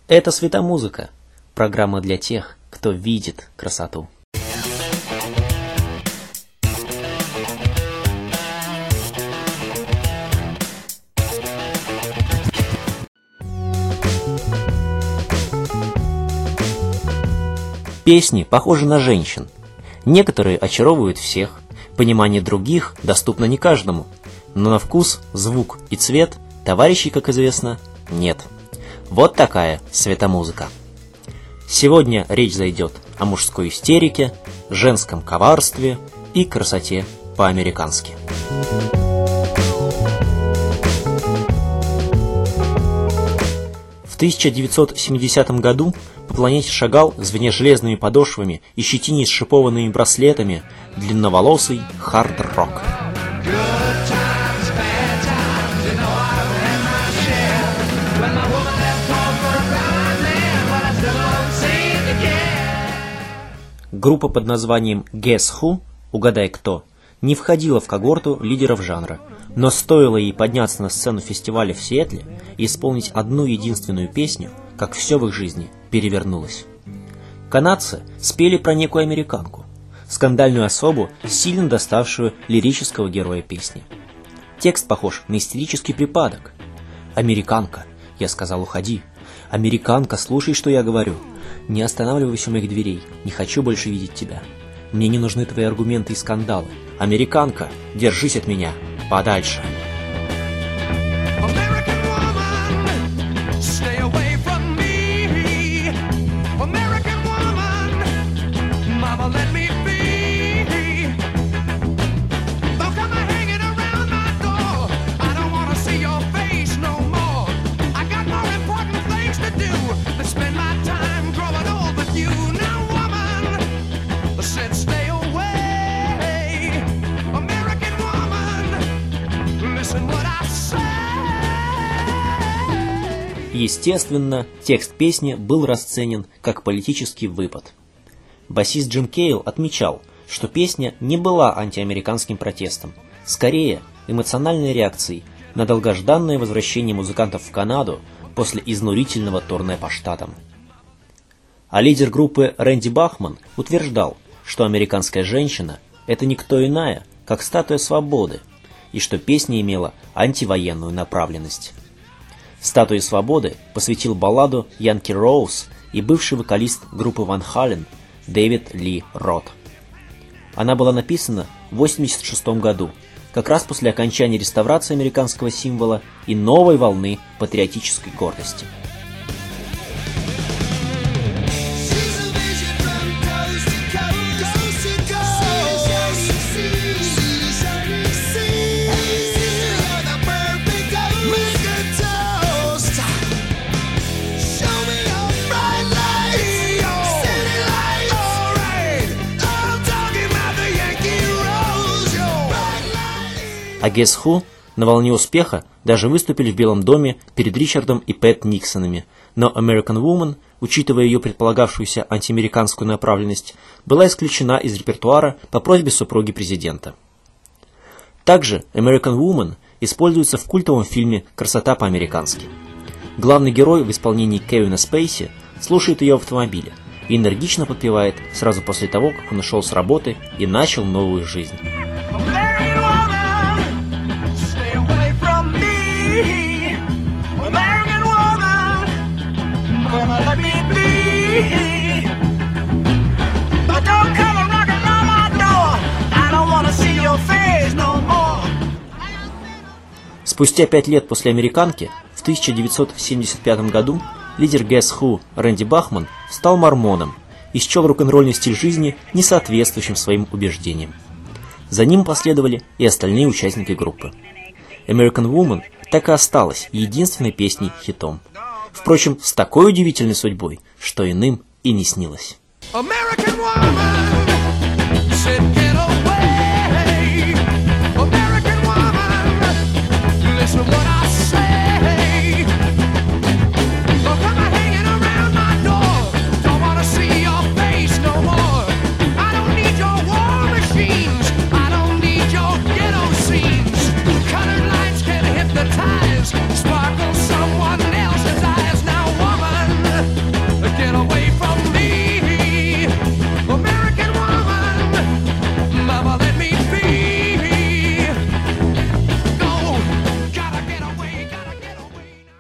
Это «Светомузыка», программа для тех, кто видит красоту. Песни похожи на женщин. Некоторые очаровывают всех, понимание других доступно не каждому, но на вкус, звук и цвет товарищей, как известно, нет. Вот такая светомузыка. Сегодня речь зайдет о мужской истерике, женском коварстве и красоте по-американски. В 1970 году по планете шагал, звеня железными подошвами и щетине с шипованными браслетами, длинноволосый хард-рок. Группа под названием Guess Who, угадай кто, не входила в когорту лидеров жанра, но стоило ей подняться на сцену фестиваля в Сиэтле и исполнить одну единственную песню, как все в их жизни перевернулось. Канадцы спели про некую американку, скандальную особу, сильно доставшую лирического героя песни. Текст похож на истерический припадок. «Американка, я сказал, уходи. Американка, слушай, что я говорю. Не останавливайся у моих дверей, не хочу больше видеть тебя. Мне не нужны твои аргументы и скандалы. Американка, держись от меня подальше». Естественно, текст песни был расценен как политический выпад. Басист Джим Кейл отмечал, что песня не была антиамериканским протестом, скорее эмоциональной реакцией на долгожданное возвращение музыкантов в Канаду после изнурительного турне по штатам. А лидер группы Рэнди Бахман утверждал, что американская женщина – это никто иная, как статуя свободы, и что песня имела антивоенную направленность. «Статуе свободы» посвятил балладу Янки Роуз и бывший вокалист группы Ван Хален Дэвид Ли Рот. Она была написана в 1986 году, как раз после окончания реставрации американского символа и новой волны патриотической гордости. А Guess Who на волне успеха даже выступили в Белом доме перед Ричардом и Пэт Никсонами, но American Woman, учитывая ее предполагавшуюся антиамериканскую направленность, была исключена из репертуара по просьбе супруги президента. Также American Woman используется в культовом фильме «Красота по-американски». Главный герой в исполнении Кевина Спейси слушает ее в автомобиле и энергично подпевает сразу после того, как он ушел с работы и начал новую жизнь. Спустя 5 лет после «Американки» в 1975 году лидер Guess Who Рэнди Бахман стал мормоном и счел рок-н-ролльный стиль жизни несоответствующим своим убеждениям. За ним последовали и остальные участники группы. American Woman так и осталась единственной песней-хитом. Впрочем, с такой удивительной судьбой, что иным и не снилось. American woman,